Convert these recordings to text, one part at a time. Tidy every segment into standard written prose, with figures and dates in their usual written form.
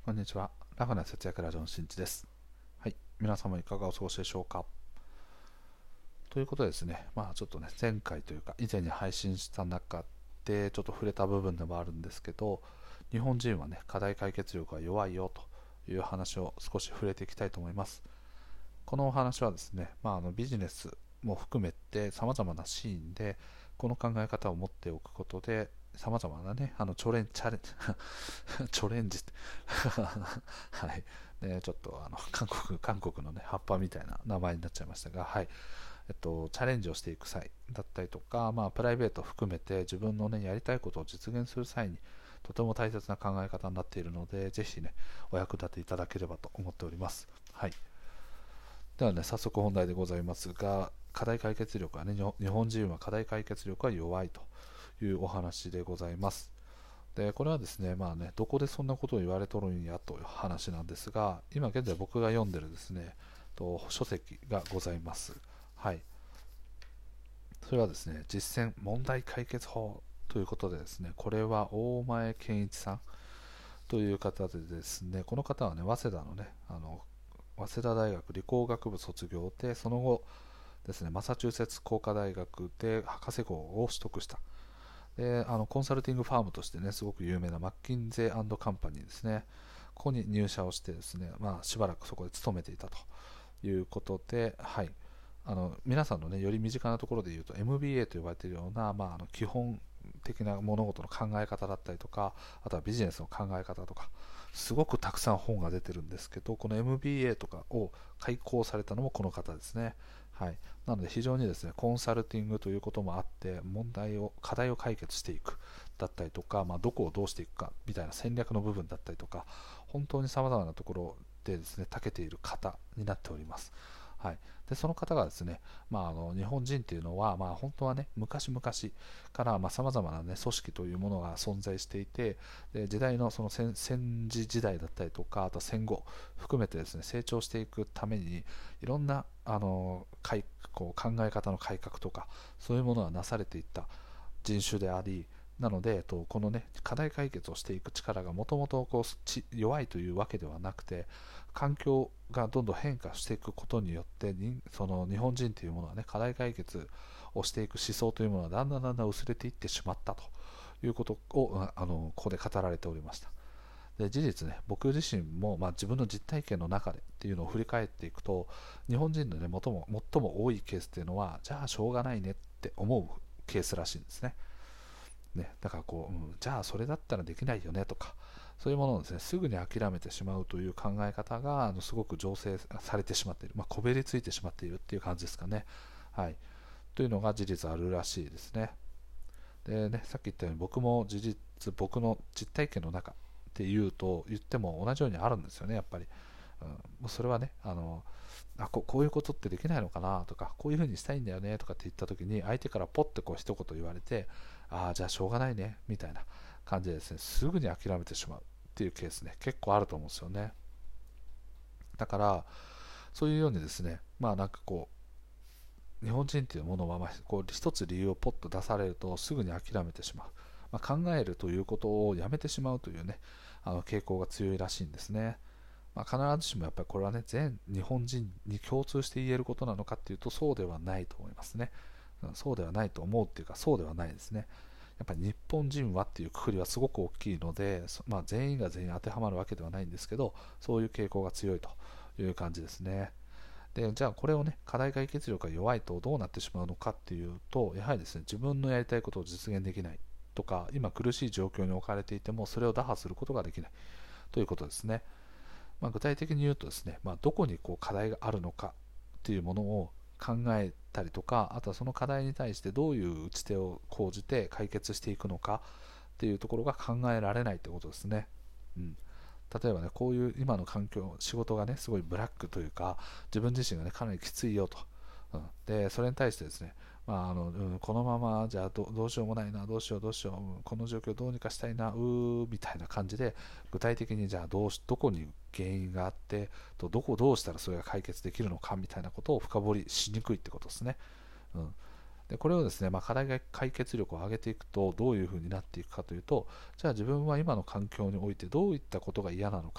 こんにちは。ラフな節約ラジオのしんいちです。はい。皆様いかがお過ごしでしょうか。ということでですね、ちょっとね、前回というか、以前に配信した中で、ちょっと触れた部分でもあるんですけど、日本人はね、課題解決力が弱いよという話を少し触れていきたいと思います。このお話はですね、ビジネスも含めて様々なシーンで、この考え方を持っておくことで、様々なね、チョレンジってはい。で、ちょっと韓国のね、葉っぱみたいな名前になっちゃいましたが、はい。チャレンジをしていく際だったりとか、プライベートを含めて自分のね、やりたいことを実現する際に、とても大切な考え方になっているので、ぜひね、お役立ていただければと思っております。はい。ではね、早速本題でございますが、課題解決力はね、日本人は課題解決力が弱いというお話でございます。でこれはですね、どこでそんなことを言われとるんやという話なんですが、今現在僕が読んでるですね、書籍がございます。はい。それはですね、実践問題解決法ということでですね、これは大前健一さんという方でですね、この方はね、早稲田のね、早稲田大学理工学部卒業で、その後ですね、マサチューセッツ工科大学で博士号を取得したで、コンサルティングファームとしてね、すごく有名なマッキンゼーカンパニーですね、ここに入社をしてですね、しばらくそこで勤めていたということで、はい、皆さんのね、より身近なところで言うと MBA と呼ばれているような、基本的な物事の考え方だったりとか、あとはビジネスの考え方とか、すごくたくさん本が出てるんですけど、この MBA とかを開講されたのもこの方ですね。はい、なので非常にですね、コンサルティングということもあって、課題を解決していくだったりとか、どこをどうしていくかみたいな戦略の部分だったりとか、本当に様々なところでですね、長けている方になっております。はい、でその方がですね、日本人っていうのは、本当はね、昔々からさまざまな、ね、組織というものが存在していて、で時代のその戦時時代だったりとか、あと戦後含めてですね、成長していくためにいろんなこう考え方の改革とか、そういうものがなされていった人種であり、なので、このね、課題解決をしていく力がもともと弱いというわけではなくて、環境がどんどん変化していくことによって、その日本人というものはね、課題解決をしていく思想というものがだんだん薄れていってしまったということをここで語られておりました。で事実ね、僕自身も、自分の実体験の中でっていうのを振り返っていくと、日本人のね、最も多いケースっていうのは、じゃあしょうがないねって思うケースらしいんですね。だからじゃあそれだったらできないよねとか、そういうものをですね、すぐに諦めてしまうという考え方がすごく醸成されてしまっている、こべりついてしまっているっていう感じですかね。はい。というのが事実あるらしいですね。でね、さっき言ったように僕の実体験の中って言っても同じようにあるんですよね、やっぱり。もうそれはね、こういうことってできないのかなとか、こういうふうにしたいんだよねとかって言った時に、相手からポッて一言言われて、じゃあしょうがないねみたいな感じでですね、すぐに諦めてしまうっていうケースね、結構あると思うんですよね。だからそういうようにですね、日本人っていうものは、一つ理由をポッと出されるとすぐに諦めてしまう、考えるということをやめてしまうというね、傾向が強いらしいんですね。必ずしもやっぱりこれはね、全日本人に共通して言えることなのかっていうと、そうではないと思いますね。そうではないと思うっていうか、そうではないですね。やっぱり日本人はっていうくくりはすごく大きいので、全員が全員当てはまるわけではないんですけど、そういう傾向が強いという感じですね。でじゃあこれをね、課題解決力が弱いとどうなってしまうのかっていうと、やはりですね、自分のやりたいことを実現できないとか、今苦しい状況に置かれていてもそれを打破することができないということですね。具体的に言うとですね、どこに課題があるのかっていうものを考えたりとか、あとはその課題に対してどういう打ち手を講じて解決していくのかっていうところが考えられないってことですね。うん、例えばね、こういう今の環境、仕事がね、すごいブラックというか、自分自身がね、かなりきついよと。で、それに対してですね、このままじゃあどうしようもないな、どうしよう、この状況どうにかしたいな、みたいな感じで、具体的にじゃあどこに原因があって、どこをどうしたらそれが解決できるのかみたいなことを深掘りしにくいってことですね。うん、でこれをですね、課題解決力を上げていくとどういうふうになっていくかというと、じゃあ自分は今の環境においてどういったことが嫌なのか、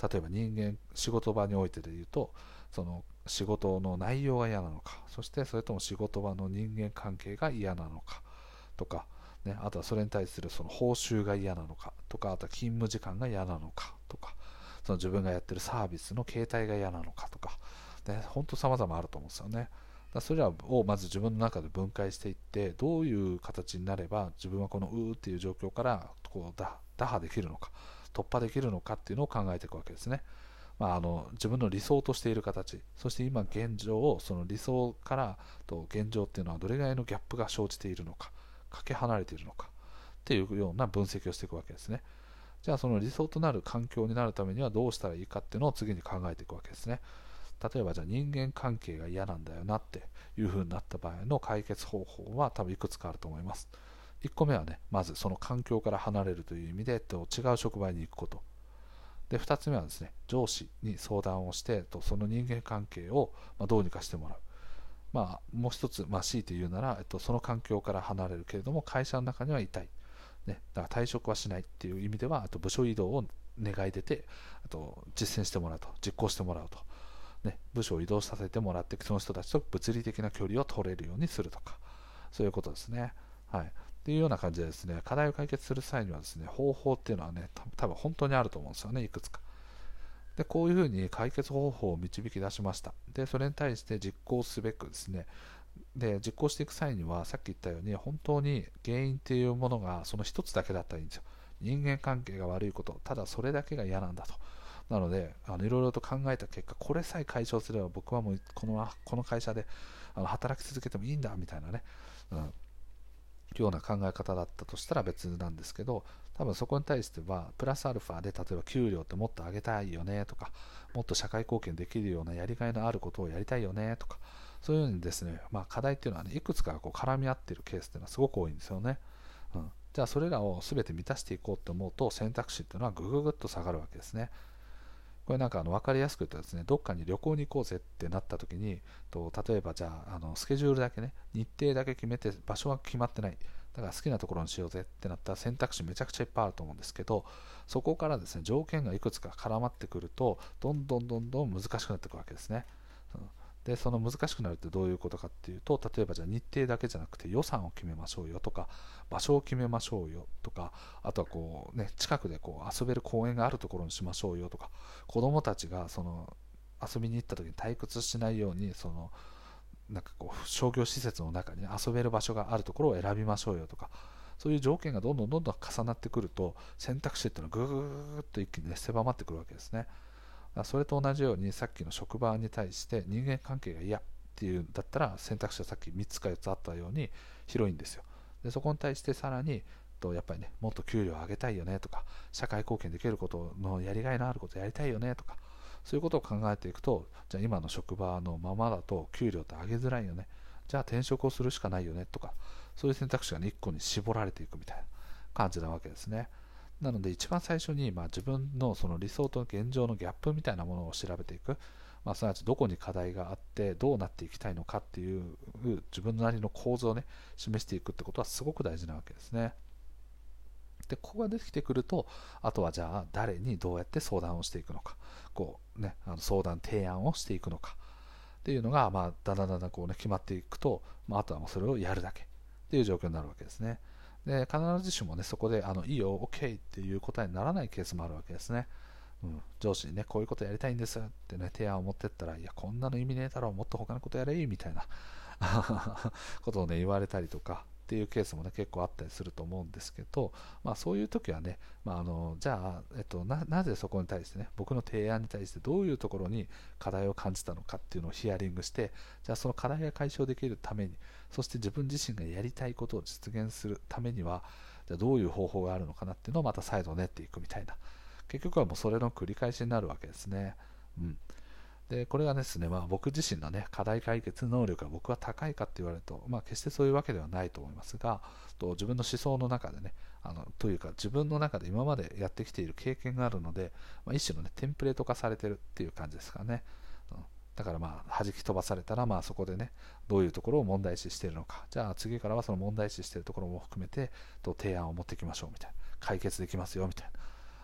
例えば仕事場においてで言うと、その仕事の内容が嫌なのか、そしてそれとも仕事場の人間関係が嫌なのかとか、ね、あとはそれに対するその報酬が嫌なのかとか、あとは勤務時間が嫌なのかとか、その自分がやってるサービスの形態が嫌なのかとか、ね、本当様々あると思うんですよね。それらをまず自分の中で分解していって、どういう形になれば自分はこのっていう状況からこう打破できるのか、突破できるのかっていうのを考えていくわけですね。自分の理想としている形、そして今現状、その理想からと現状っていうのはどれぐらいのギャップが生じているのか、かけ離れているのかっていうような分析をしていくわけですね。じゃあその理想となる環境になるためにはどうしたらいいかっていうのを次に考えていくわけですね。例えばじゃあ人間関係が嫌なんだよなっていう風になった場合の解決方法は多分いくつかあると思います。1個目はね、まずその環境から離れるという意味で違う職場に行くこと。で、2つ目はですね、上司に相談をしてその人間関係をどうにかしてもらう。もう一つ、強いて言うなら、その環境から離れるけれども会社の中にはいたい。ね、だから退職はしないっていう意味では、あと部署移動を願い出て、あと実践してもらうと、実行してもらうと。ね、部署を移動させてもらって、その人たちと物理的な距離を取れるようにするとか、そういうことですね。はい。っていうような感じでですね、課題を解決する際にはですね、方法っていうのはね、多分本当にあると思うんですよね、いくつか。で、こういうふうに解決方法を導き出しました。で、それに対して実行すべくですね、で、実行していく際には、さっき言ったように、本当に原因っていうものがその一つだけだったらいいんですよ。人間関係が悪いこと、ただそれだけが嫌なんだと。なので、いろいろと考えた結果、これさえ解消すれば僕はもうこの会社で働き続けてもいいんだみたいなね、ような考え方だったとしたら別なんですけど、多分そこに対してはプラスアルファで、例えば給料ってもっと上げたいよねとか、もっと社会貢献できるようなやりがいのあることをやりたいよねとか、そういうふうにですね、課題っていうのはね、いくつかこう絡み合っているケースっていうのはすごく多いんですよね。じゃあそれらを全て満たしていこうと思うと、選択肢っていうのはぐぐぐっと下がるわけですね。これなんか分かりやすく言うとですね、どっかに旅行に行こうぜってなった時に、例えばじゃあ、スケジュールだけね、日程だけ決めて場所は決まってない。だから好きなところにしようぜってなったら選択肢めちゃくちゃいっぱいあると思うんですけど、そこからですね、条件がいくつか絡まってくると、どんどん難しくなっていくわけですね。で、その難しくなるってどういうことかっていうと、例えばじゃあ日程だけじゃなくて予算を決めましょうよとか、場所を決めましょうよとか、あとはこうね、近くでこう遊べる公園があるところにしましょうよとか、子供たちがその遊びに行った時に退屈しないように、なんかこう商業施設の中に遊べる場所があるところを選びましょうよとか、そういう条件がどんどん重なってくると、選択肢っていうのはぐーっと一気に、ね、狭まってくるわけですね。それと同じように、さっきの職場に対して人間関係が嫌っていうんだったら、選択肢はさっき3つか4つあったように広いんですよ。でそこに対してさらにやっぱりね、もっと給料を上げたいよねとか、社会貢献できることのやりがいのあることやりたいよねとか、そういうことを考えていくと、じゃあ今の職場のままだと給料って上げづらいよね、じゃあ転職をするしかないよねとか、そういう選択肢が、ね、1個に絞られていくみたいな感じなわけですね。なので一番最初に、自分のその理想と現状のギャップみたいなものを調べていく、すなわちどこに課題があってどうなっていきたいのかっていう自分なりの構図をね、示していくってことはすごく大事なわけですね。でここができてくると、あとはじゃあ誰にどうやって相談をしていくのか、相談提案をしていくのかっていうのが、だんだんこう、ね、決まっていくと、あとはもうそれをやるだけっていう状況になるわけですね。で必ずしもね、そこでいいよ OK っていう答えにならないケースもあるわけですね。上司にね、こういうことやりたいんですってね、提案を持ってったら、いやこんなの意味ねえだろう、もっと他のことやれみたいなことをね言われたりとかっていうケースもね結構あったりすると思うんですけど、そういう時はね、じゃあ、なぜそこに対してね、僕の提案に対してどういうところに課題を感じたのかっていうのをヒアリングして、じゃあその課題が解消できるために、そして自分自身がやりたいことを実現するためには、じゃあどういう方法があるのかなっていうのをまた再度練っていくみたいな、結局はもうそれの繰り返しになるわけですね。でこれがですね、僕自身の、ね、課題解決能力が僕は高いかって言われると、決してそういうわけではないと思いますが、自分の思想の中でね、というか自分の中で今までやってきている経験があるので、一種の、ね、テンプレート化されてるっていう感じですかね。だから弾き飛ばされたら、そこでね、どういうところを問題視しているのか、じゃあ次からはその問題視しているところも含めて提案を持ってきましょうみたいな、解決できますよみたいな、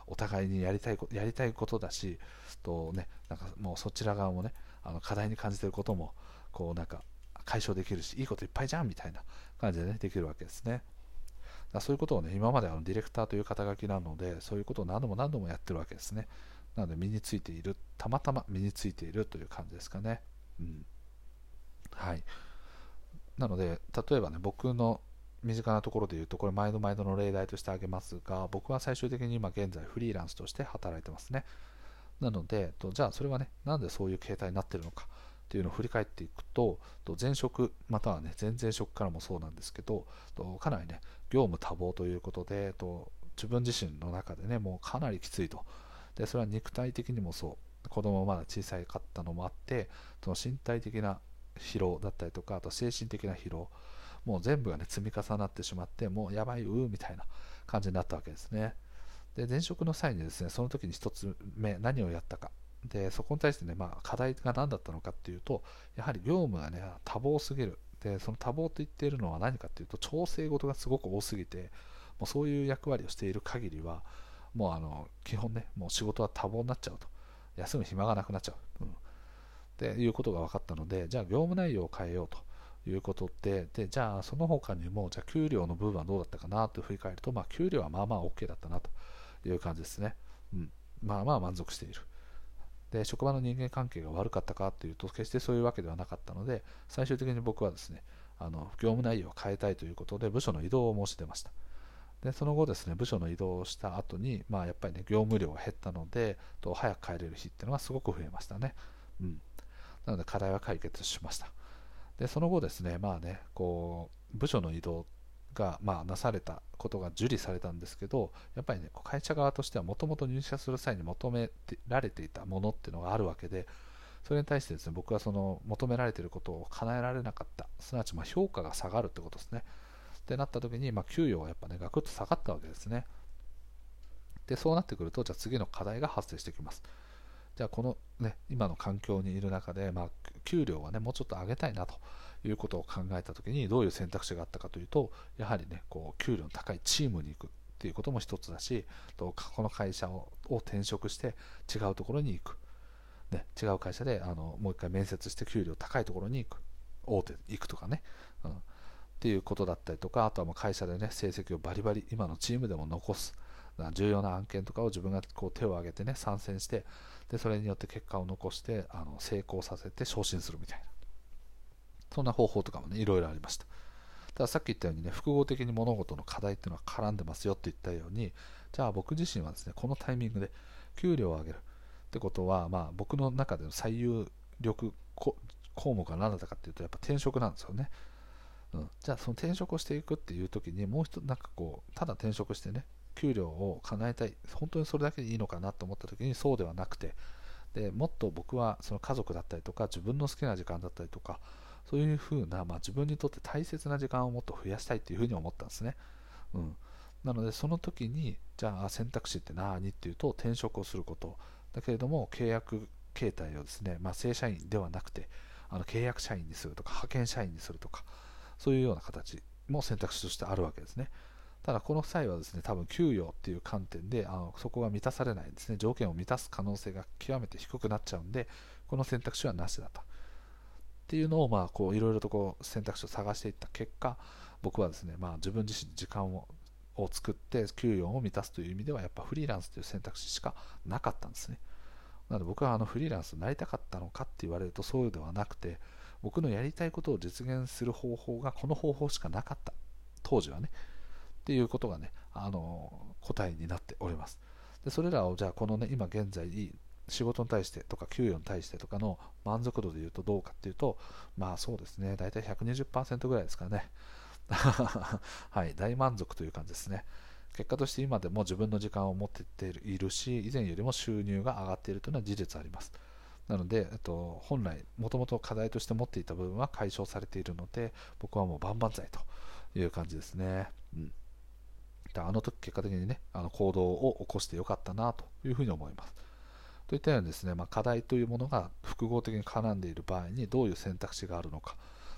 お互いにやりたいことだしと、ね、なんかもうそちら側もね課題に感じていることもこうなんか解消できるし、いいこといっぱいじゃんみたいな感じで、ね、できるわけですね。だからそういうことをね、今までディレクターという肩書きなので、そういうことを何度も何度もやってるわけですね。なので身についている、たまたま身についているという感じですかね。うん。はい。なので、例えばね、僕の身近なところで言うと、これ毎度毎度の例題として挙げますが、僕は最終的に今現在フリーランスとして働いてますね。なので、じゃあそれはね、なんでそういう形態になっているのかっていうのを振り返っていくと、前職またはね、前々職からもそうなんですけど、かなりね、業務多忙ということで、自分自身の中でね、もうかなりきついと。で、それは肉体的にもそう、子供まだ小さかったのもあって、その身体的な疲労だったりとか、あと精神的な疲労、もう全部がね、積み重なってしまって、もうやばいみたいな感じになったわけですね。で、前職の際にですね、その時に一つ目、何をやったか。で、そこに対してね、課題が何だったのかっていうと、やはり業務がね、多忙すぎる。で、その多忙と言っているのは何かっていうと、調整事がすごく多すぎて、もうそういう役割をしている限りは、もう基本ね、もう仕事は多忙になっちゃうと。休む暇がなくなっちゃう。っていうことが分かったので、じゃあ業務内容を変えようということで、じゃあその他にも、じゃあ給料の部分はどうだったかなと振り返ると、給料はまあまあ OK だったなという感じですね。まあまあ満足している。で、職場の人間関係が悪かったかというと、決してそういうわけではなかったので、最終的に僕はですね、業務内容を変えたいということで、部署の移動を申し出ました。で、その後ですね、部署の移動をした後に、やっぱりね、業務量が減ったので、早く帰れる日っていうのがすごく増えましたね。なので課題は解決しました。で、その後ですね、部署の移動が、なされたことが受理されたんですけど、やっぱりね、会社側としてはもともと入社する際に求められていたものっていうのがあるわけで、それに対してですね、僕はその求められていることを叶えられなかった、すなわち評価が下がるってことですね。ってなった時に、給与がやっぱね、ガクッと下がったわけですね。で、そうなってくると、じゃあ次の課題が発生してきます。じゃあこのね、今の環境にいる中で、給料はね、もうちょっと上げたいなということを考えたときに、どういう選択肢があったかというと、やはりね、給料の高いチームに行くっていうことも一つだし、この会社を転職して違うところに行く。ね、違う会社でもう一回面接して給料高いところに行く。大手行くとかね。っていうことだったりとか、あとはもう会社でね、成績をバリバリ、今のチームでも残す。重要な案件とかを自分が手を挙げてね、参戦して、でそれによって結果を残して成功させて昇進するみたいな、そんな方法とかもね、いろいろありました。たださっき言ったようにね、複合的に物事の課題っていうのは絡んでますよって言ったように、じゃあ僕自身はですね、このタイミングで給料を上げるってことは、僕の中での最有力項目が何だったかっていうと、やっぱ転職なんですよね。じゃあその転職をしていくっていう時に、もう一つなんかただ転職してね、給料を叶えたい、本当にそれだけでいいのかなと思った時に、そうではなくて、でもっと僕はその家族だったりとか、自分の好きな時間だったりとか、そういう風な、自分にとって大切な時間をもっと増やしたいっていうふうに思ったんですね。なのでその時に、じゃあ選択肢って何っていうと、転職をすることだけれども、契約形態をですね、正社員ではなくて契約社員にするとか派遣社員にするとか、そういうような形も選択肢としてあるわけですね。ただこの際はですね、多分給与っていう観点でそこが満たされないですね、条件を満たす可能性が極めて低くなっちゃうんで、この選択肢はなしだとっていうのをいろいろと選択肢を探していった結果、僕はですね、自分自身時間を作って給与を満たすという意味では、やっぱフリーランスという選択肢しかなかったんですね。なので僕はフリーランスになりたかったのかって言われるとそうではなくて、僕のやりたいことを実現する方法がこの方法しかなかった、当時はねっていうことがね、答えになっております。でそれらをじゃあこのね、今現在仕事に対してとか給与に対してとかの満足度でいうとどうかっていうと、そうですね、だいたい 120% ぐらいですかね。はい、大満足という感じですね。結果として今でも自分の時間を持っているし、以前よりも収入が上がっているというのは事実あります。なので、本来もともと課題として持っていた部分は解消されているので、僕はもう万々歳という感じですね。時結果的にね、行動を起こしてよかったなというふうに思います。といったようにですね、課題というものが複合的に絡んでいる場合にどういう選択肢があるのか。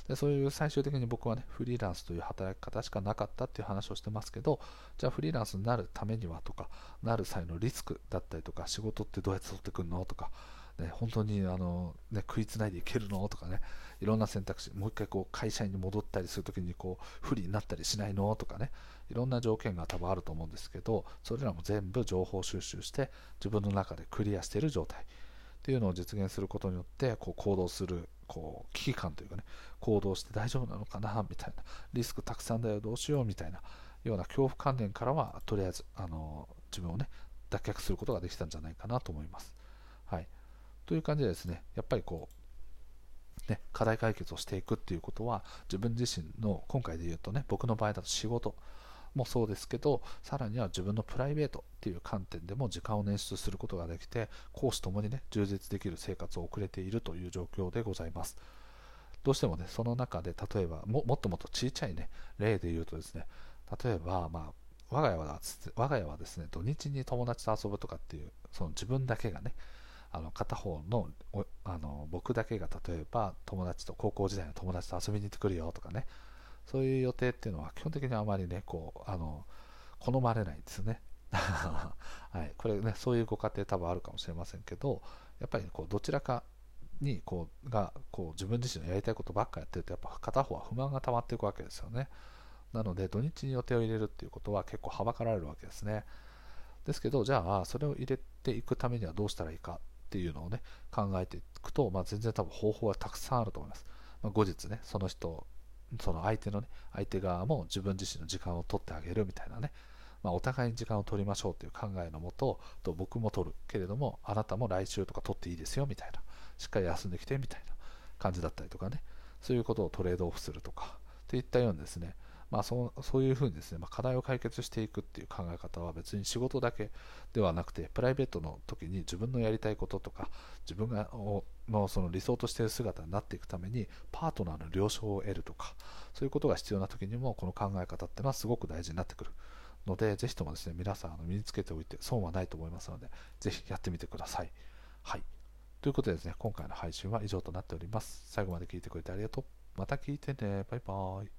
でそういう最終的に僕はね、フリーランスという働き方しかなかったっていう話をしてますけど、じゃあフリーランスになるためにはとか、なる際のリスクだったりとか、仕事ってどうやって取ってくるのとか、ね、本当に食いつないでいけるのとかね、いろんな選択肢、もう一回会社員に戻ったりするときに不利になったりしないのとかね、いろんな条件が多分あると思うんですけど、それらも全部情報収集して自分の中でクリアしている状態っていうのを実現することによって、行動する危機感というかね、行動して大丈夫なのかなみたいな、リスクたくさんだよどうしようみたいなような恐怖観念からはとりあえず自分をね脱却することができたんじゃないかなと思います。はい、という感じでですね、やっぱり課題解決をしていくっていうことは、自分自身の今回で言うとね、僕の場合だと仕事もそうですけど、さらには自分のプライベートっていう観点でも時間を捻出することができて、公私ともにね充実できる生活を送れているという状況でございます。どうしてもね、その中で例えばもっともっと小さいね例で言うとですね、例えば我が家はですね、土日に友達と遊ぶとかっていう、その自分だけがね、片方の僕だけが例えば高校時代の友達と遊びに行ってくるよとかね、そういう予定っていうのは基本的にあまりね好まれないんですよね。はい、これね、そういうご家庭多分あるかもしれませんけど、やっぱりどちらかに自分自身のやりたいことばっかやってると、やっぱ片方は不満が溜まっていくわけですよね。なので土日に予定を入れるっていうことは結構はばかられるわけですね。ですけど、じゃあそれを入れていくためにはどうしたらいいかっていうのをね考えていくと、全然多分方法はたくさんあると思います。後日ね、その相手側も自分自身の時間を取ってあげるみたいなね、お互いに時間を取りましょうという考えのもと、僕も取るけれどもあなたも来週とか取っていいですよみたいな、しっかり休んできてみたいな感じだったりとかね、そういうことをトレードオフするとかっていったようにですね、そういうふうにですね、課題を解決していくっていう考え方は別に仕事だけではなくて、プライベートの時に自分のやりたいこととか、自分がのその理想としている姿になっていくためにパートナーの了承を得るとか、そういうことが必要な時にもこの考え方っていうのはすごく大事になってくるので、ぜひともですね、皆さん身につけておいて損はないと思いますので、ぜひやってみてください。はい。ということでですね、今回の配信は以上となっております。最後まで聞いてくれてありがとう。また聞いてね。バイバーイ。